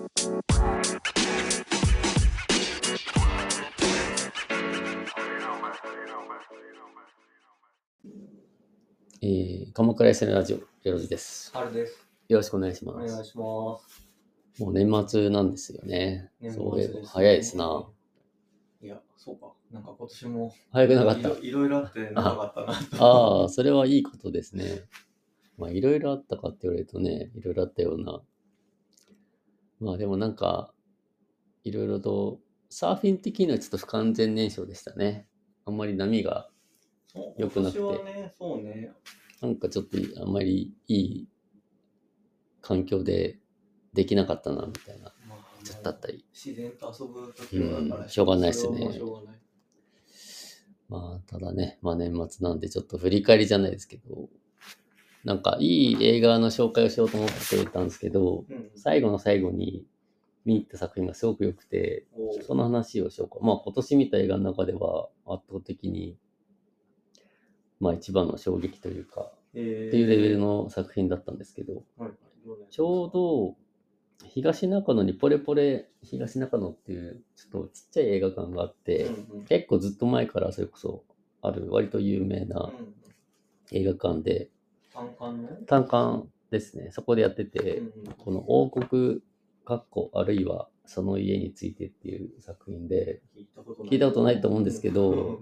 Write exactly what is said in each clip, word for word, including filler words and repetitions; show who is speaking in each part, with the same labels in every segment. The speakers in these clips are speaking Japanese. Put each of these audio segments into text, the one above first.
Speaker 1: えー、鎌倉 エスエヌ ラジオ、よろずです。
Speaker 2: はるです。
Speaker 1: よろしくお願いし
Speaker 2: お
Speaker 1: ます。
Speaker 2: 願いします。
Speaker 1: もう年末なんですよね。
Speaker 2: 年
Speaker 1: そういえば
Speaker 2: 末ですね。
Speaker 1: 早いですな。
Speaker 2: いや、そうか。なんか今年も
Speaker 1: 早くなかった。
Speaker 2: いろいろいろあって長かったなと。
Speaker 1: ああ、それはいいことですね。まあ、いろいろあったかって言われるとね、いろいろあったような。まあでもなんか、いろいろと、サーフィン的にはちょっと不完全燃焼でしたね。あんまり波が良くなくて。
Speaker 2: 今年はね、そうね。
Speaker 1: なんかちょっとあんまりいい環境でできなかったな、みたいな。
Speaker 2: まあ、
Speaker 1: ちょっとあったり。
Speaker 2: 自然と遊ぶ時はだから、
Speaker 1: うん、しょうがないですね。
Speaker 2: それはもうしょうがない。
Speaker 1: まあ、ただね、まあ年末なんでちょっと振り返りじゃないですけど、なんかいい映画の紹介をしようと思ってたんですけど、
Speaker 2: うん、
Speaker 1: 最後の最後に見に行った作品がすごく良くて、
Speaker 2: お
Speaker 1: その話をしようか。まあ今年見た映画の中では圧倒的に、まあ一番の衝撃というか、
Speaker 2: えー、
Speaker 1: っていうレベルの作品だったんですけど、
Speaker 2: はい、
Speaker 1: ちょうど東中野にポレポレ東中野っていうちょっとちっちゃい映画館があって、
Speaker 2: うんうん、
Speaker 1: 結構ずっと前からそれこそある割と有名な映画館で、
Speaker 2: 単館の
Speaker 1: 単館ですね。そこでやってて、
Speaker 2: うんうん、
Speaker 1: この王国かっこあるいはその家についてっていう作品で、
Speaker 2: 聞いたことない
Speaker 1: 聞いたことないと思うんですけど、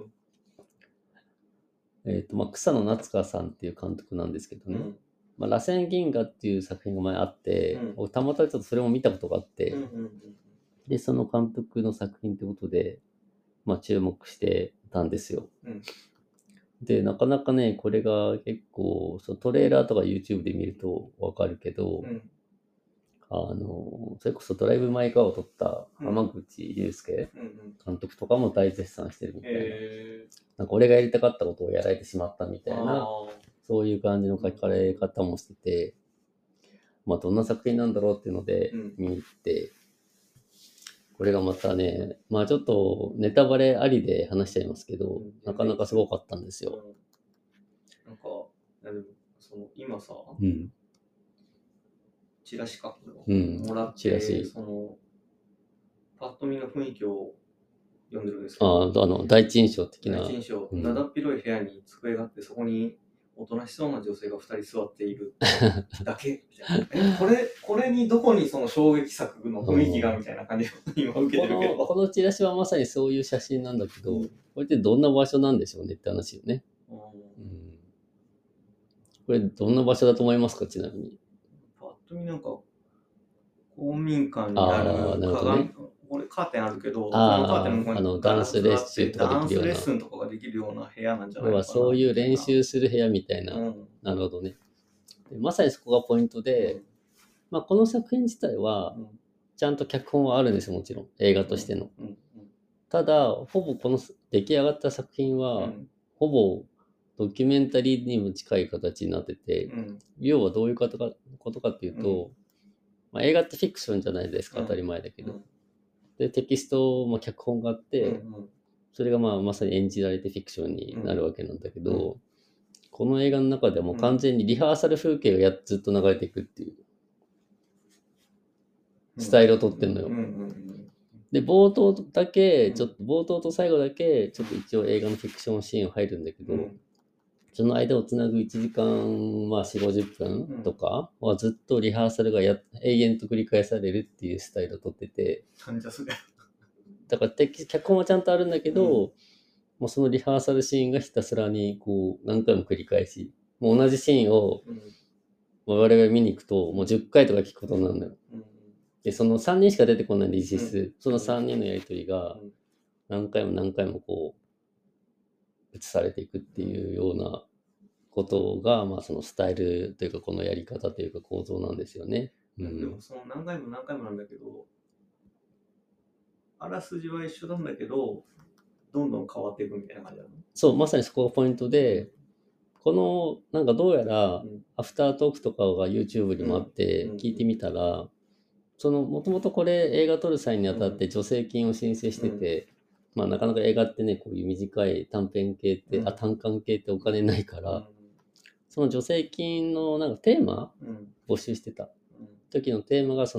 Speaker 1: えっと、まあ、草野夏香さんっていう監督なんですけどね。
Speaker 2: うん
Speaker 1: まあ、螺旋銀河っていう作品が前あって、
Speaker 2: うん
Speaker 1: 僕たまたまちょっとそれも見たことがあって、
Speaker 2: うんうんうん、
Speaker 1: で、その監督の作品ってことで、まあ、注目してたんですよ。
Speaker 2: うん、
Speaker 1: で、なかなかね、これが結構、そのトレーラーとか YouTube で見るとわかるけど、
Speaker 2: うん、
Speaker 1: あの、それこそドライブ・マイ・カーを撮った浜口竜介
Speaker 2: うんうん、
Speaker 1: 監督とかも大絶賛してるみたいな。
Speaker 2: え
Speaker 1: なんか俺がやりたかったことをやられてしまったみた
Speaker 2: ー、
Speaker 1: いな、
Speaker 2: あ
Speaker 1: そういう感じの書かれ方もしてて、まあどんな作品なんだろうっていうので
Speaker 2: うん
Speaker 1: 見に行って、これがまたね、まあちょっとネタバレありで話しちゃいますけど、
Speaker 2: うん
Speaker 1: なかなかすごかったんです
Speaker 2: ー、
Speaker 1: よ。
Speaker 2: うん、なんか、いやでもその今さ、
Speaker 1: うん。
Speaker 2: チラシか、
Speaker 1: うん
Speaker 2: もらっ
Speaker 1: チラシ
Speaker 2: て、その、パッと見の雰囲気を読んでるんですけ
Speaker 1: あ
Speaker 2: ど、
Speaker 1: あ、あの、第一印象的な。
Speaker 2: 第一印象、
Speaker 1: うん
Speaker 2: だだっ広い部屋に机があって、そこにおとなしそうな女性がふたり座っているだけみたいな。え、これ、これにどこにその衝撃作の雰囲気がみたいな感じを今受け
Speaker 1: この、
Speaker 2: てるけど。
Speaker 1: このチラシはまさにそういう写真なんだけど、
Speaker 2: うん
Speaker 1: これってどんな場所なんでしょうねって話よね。
Speaker 2: うん
Speaker 1: うん、これどんな場所だと思いますか、ちなみに。
Speaker 2: パッと見なんか、公民館にあ
Speaker 1: ああ、
Speaker 2: る
Speaker 1: なるほどね。
Speaker 2: 鏡、これカーテンあるけど、そ
Speaker 1: あー
Speaker 2: のカーテンの向こう
Speaker 1: あの
Speaker 2: にガラスがあって、
Speaker 1: ダンスレッスンとかできるような
Speaker 2: ダンスレッスンとかができるような部屋なんじゃない
Speaker 1: 要は
Speaker 2: のかな。
Speaker 1: そういう練習する部屋みたいな。
Speaker 2: うん
Speaker 1: なるほどね。でまさにそこがポイントで、
Speaker 2: うん
Speaker 1: まあ、この作品自体は
Speaker 2: うん
Speaker 1: ちゃんと脚本はあるんですよ、もちろん。映画としての。
Speaker 2: うんうん
Speaker 1: ただ、ほぼこの出来上がった作品は、
Speaker 2: うん
Speaker 1: ほぼドキュメンタリーにも近い形になってて、
Speaker 2: うん
Speaker 1: 要はどういうことかことかっていうと、まあ、映画ってフィクションじゃないですか、
Speaker 2: うん
Speaker 1: 当たり前だけど。
Speaker 2: うん
Speaker 1: で、テキスト、まあ、脚本があって、
Speaker 2: うんうん
Speaker 1: それがまあまさに演じられてフィクションになるわけなんだけど、
Speaker 2: うん
Speaker 1: この映画の中ではもう完全にリハーサル風景がやずっと流れていくっていうスタイルをとってんのよ。
Speaker 2: うんうんうん
Speaker 1: で、冒頭だけ、ちょっと冒頭と最後だけ、ちょっと一応映画のフィクションシーン入るんだけど、
Speaker 2: うん
Speaker 1: その間をつなぐいちじかん、まあよんじゅう、ごじゅっぷんとかはずっとリハーサルがや永遠と繰り返されるっていうスタイルをとってて、
Speaker 2: なんじゃそれ。
Speaker 1: だから敵脚本はちゃんとあるんだけど、もうそのリハーサルシーンがひたすらにこう何回も繰り返し、もう同じシーンを
Speaker 2: うん
Speaker 1: 我々見に行くともうじゅっかいとか聞くことになるのよ。
Speaker 2: うん
Speaker 1: で、そのさんにんしか出てこないんで、実質、
Speaker 2: うん
Speaker 1: そのさんにんのやりとりが
Speaker 2: うん
Speaker 1: 何回も何回もこう映されていくっていうようなことが、まあそのスタイルというかこのやり方というか構造なんですよね。う
Speaker 2: で
Speaker 1: ん。
Speaker 2: もその何回も何回もなんだけど、あらすじは一緒なんだけど、どんどん変わっていくみたいな感じなの。
Speaker 1: そう、まさにそこがポイントで、この、なんかどうやら
Speaker 2: う、ん
Speaker 1: アフタートークとかが YouTube にもあって
Speaker 2: うん
Speaker 1: 聞いてみたら、その、もともとこれ映画撮る際にあたって助成金を申請してて、まあなかなか映画ってね、こういう短い短編系って、
Speaker 2: うん
Speaker 1: あ、短観系ってお金ないから、
Speaker 2: うん
Speaker 1: その助成金のなんかテーマ
Speaker 2: うん
Speaker 1: 募集してた
Speaker 2: うん
Speaker 1: 時のテーマがその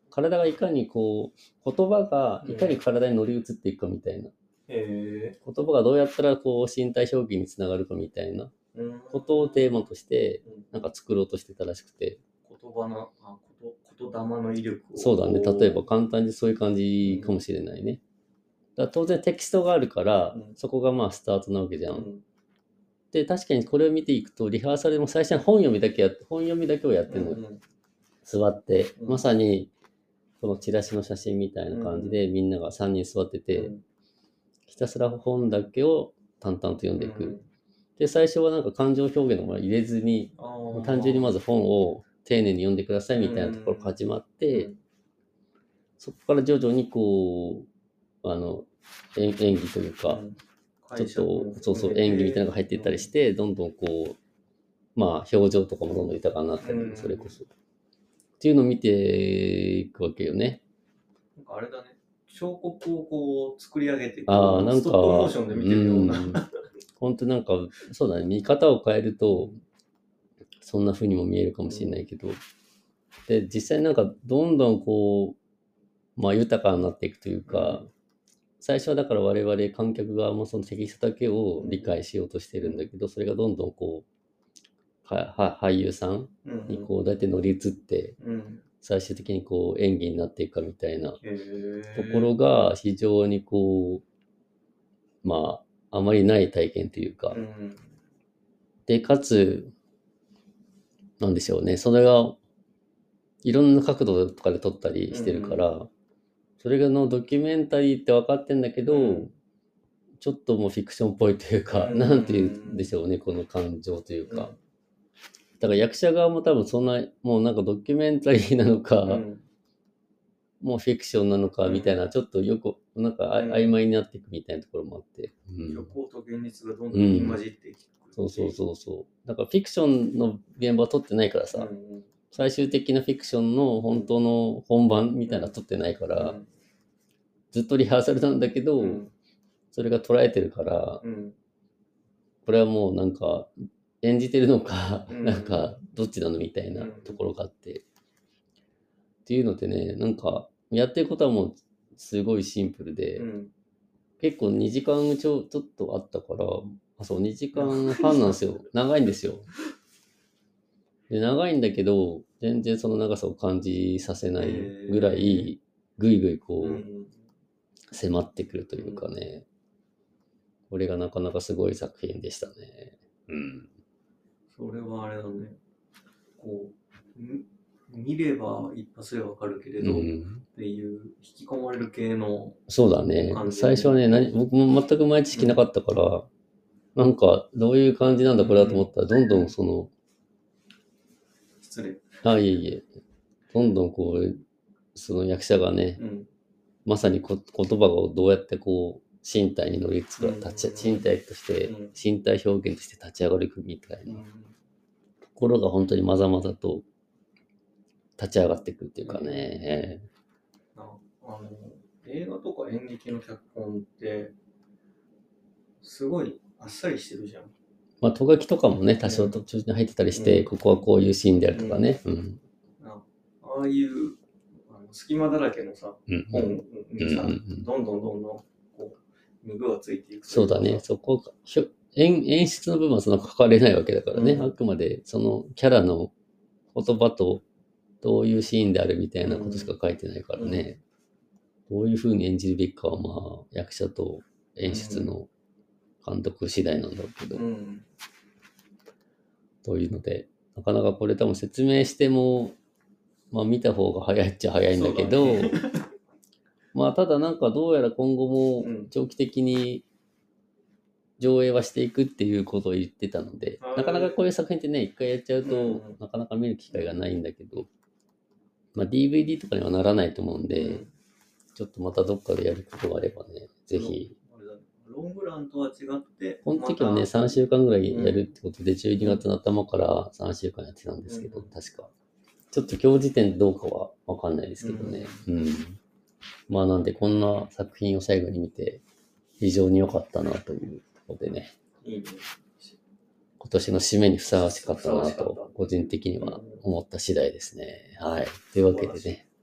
Speaker 1: 体がいかにこう、言葉がいかに体に乗り移っていくかみたいな。
Speaker 2: へ
Speaker 1: 言葉がどうやったらこう身体表現につながるかみたいな
Speaker 2: え。うん。
Speaker 1: ことをテーマとして、
Speaker 2: うん
Speaker 1: なんか作ろうとしてたらしくて。
Speaker 2: 言葉の、あ、こと、言霊の威力を。
Speaker 1: そうだね。例えば簡単にそういう感じかもしれないね。だから当然テキストがあるから、
Speaker 2: うん
Speaker 1: そこがまあスタートなわけじゃん。
Speaker 2: うん
Speaker 1: で、確かにこれを見ていくと、リハーサルでも最初は本読みだけやって、本読みだけをやってるのよ。
Speaker 2: うん
Speaker 1: 座って、
Speaker 2: うん
Speaker 1: まさに、このチラシの写真みたいな感じで、みんながさんにん座ってて、
Speaker 2: うん
Speaker 1: ひたすら本だけを淡々と読んでいく。
Speaker 2: うん
Speaker 1: で、最初はなんか感情表現のもの入れずに、
Speaker 2: あー
Speaker 1: 単純にまず本を丁寧に読んでくださいみたいなところから始まって、
Speaker 2: うん
Speaker 1: そこから徐々にこう、あの、演演技というか、
Speaker 2: うん
Speaker 1: ちょっと、そうそう、演技みたいなのが入っていったりし、て、どんどんこう、まあ、表情とかもどんどん豊かになったり
Speaker 2: う、ん
Speaker 1: それこそ。っていうのを見ていくわけよね。
Speaker 2: なんかあれだね、彫刻をこう作り上げてこう
Speaker 1: ああ、なんか、
Speaker 2: ストップモーションで見てるような。
Speaker 1: ん本当なんか、そうだね、見方を変えると、そんな風にも見えるかもしれないけど、で、実際なんか、どんどんこう、まあ、豊かになっていくというか、
Speaker 2: うん
Speaker 1: 最初はだから我々観客側もそのテキストだけを理解しようとしてるんだけど、それがどんどんこう、はは俳優さん
Speaker 2: うん
Speaker 1: にこう、大体乗り移って、
Speaker 2: うん
Speaker 1: 最終的にこう、演技になっていくかみたいな
Speaker 2: へー
Speaker 1: ところが非常にこう、まあ、あまりない体験というか、
Speaker 2: うん
Speaker 1: で、かつ、なんでしょうね、それが、いろんな角度とかで撮ったりしてるから、それがのドキュメンタリーって分かってんだけど、
Speaker 2: うん
Speaker 1: ちょっともうフィクションっぽいというか、
Speaker 2: うん
Speaker 1: なんて言うんでしょうね、この感情というか。
Speaker 2: うん
Speaker 1: だから役者側も多分そんな、もうなんかドキュメンタリーなのか、
Speaker 2: うん
Speaker 1: もうフィクションなのかみたいな、
Speaker 2: うん
Speaker 1: ちょっとよく、なんかあ
Speaker 2: うん
Speaker 1: 曖昧になっていくみたいなところもあって。うん
Speaker 2: 虚構と現実がどんどん入り混じっていく。
Speaker 1: そうそうそうそう。だからフィクションの現場は撮ってないからさ、
Speaker 2: うん
Speaker 1: 最終的なフィクションの本当の本番みたいなの撮ってないから、
Speaker 2: うん
Speaker 1: ずっとリハーサルなんだけど、
Speaker 2: うん
Speaker 1: それが捉えてるから、
Speaker 2: うん
Speaker 1: これはもうなんか演じてるのか、
Speaker 2: うん
Speaker 1: なんかどっちなのみたいなところがあって。っていうのでね、なんかやってることはもうすごいシンプルで、
Speaker 2: うん
Speaker 1: 結構にじかんちょちょっとあったから、あ、そう、にじかんはんなんですよ。長いんですよ。で、長いんだけど、全然その長さを感じさせないぐらい、ぐいぐいこう、
Speaker 2: うん
Speaker 1: 迫ってくるというかね。これがなかなかすごい作品でしたね。うん。
Speaker 2: それはあれだね。こう、み見れば一発でわかるけれど、っ
Speaker 1: うん、
Speaker 2: ていう引き込まれる系の。
Speaker 1: そうだね
Speaker 2: 感。じ
Speaker 1: 最初はね、何僕も全く前知識なかったから、なんかどういう感じなんだこれだと思ったら、どんどんその、
Speaker 2: 失礼。
Speaker 1: あ、いえいえ、どんどんこう、その役者がね、
Speaker 2: うん。
Speaker 1: まさにこ言葉をどうやってこう、身体に乗りつく
Speaker 2: うん
Speaker 1: 立ち、身体として
Speaker 2: うん、
Speaker 1: 身体表現として立ち上がるみたいな
Speaker 2: うん
Speaker 1: ところが本当にまざまざと立ち上がっていくっていうかね。
Speaker 2: なあの映画とか演劇の脚本ってすごいあっさりしてるじゃん。
Speaker 1: まあ、とがきとかもね、多少途中に入ってたりして、
Speaker 2: うん
Speaker 1: ここはこういうシーンであるとかね。うん。
Speaker 2: なああいうあの隙間だらけのさ、
Speaker 1: うん。
Speaker 2: 本にさ、
Speaker 1: うんうんうん
Speaker 2: どんどんどんどんこう肉がついていくとい
Speaker 1: そうだね。そこ、ひょ演演出の部分はその書かれないわけだからね。
Speaker 2: うん
Speaker 1: あくまでそのキャラの言葉とどういうシーンであるみたいなことしか書いてないからね。どういう風に演じるべきかはまあ役者と演出の監督次第なんだろうけど。
Speaker 2: うん
Speaker 1: というので、なかなかこれ多分説明しても、まあ見た方が早いっちゃ早いんだけど、
Speaker 2: そうだね
Speaker 1: まあただなんかどうやら今後も
Speaker 2: うん
Speaker 1: 長期的に上映はしていくっていうことを言ってたので、
Speaker 2: はい
Speaker 1: なかなかこういう作品ってね、一回やっちゃうと、
Speaker 2: うん
Speaker 1: なかなか見る機会がないんだけど、まあ ディーブイディー とかにはならないと思うんで、
Speaker 2: うん
Speaker 1: ちょっとまたどっかでやることがあればね、ぜひ。
Speaker 2: あれだねロングランとは違って、
Speaker 1: この時はね、
Speaker 2: また
Speaker 1: さんしゅうかんぐらいやるってことで、じゅうにがつの頭からさんしゅうかんやってたんですけど、
Speaker 2: うん
Speaker 1: 確か。ちょっと今日時点でどうかはわかんないですけどね。うん。まあなんで、こんな作品を最後に見て、非常に良かったなというところでね、
Speaker 2: いいね。
Speaker 1: 今年の締めにふさわしかったな
Speaker 2: ふさわしかっ
Speaker 1: と、個人的には思った次第ですね。はい。というわけでね、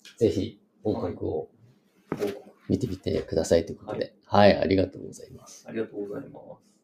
Speaker 1: ぜひ、報告を
Speaker 2: 報告。
Speaker 1: 見てみてくださいということで。はい、ありがとうございます。
Speaker 2: ありがとうございます。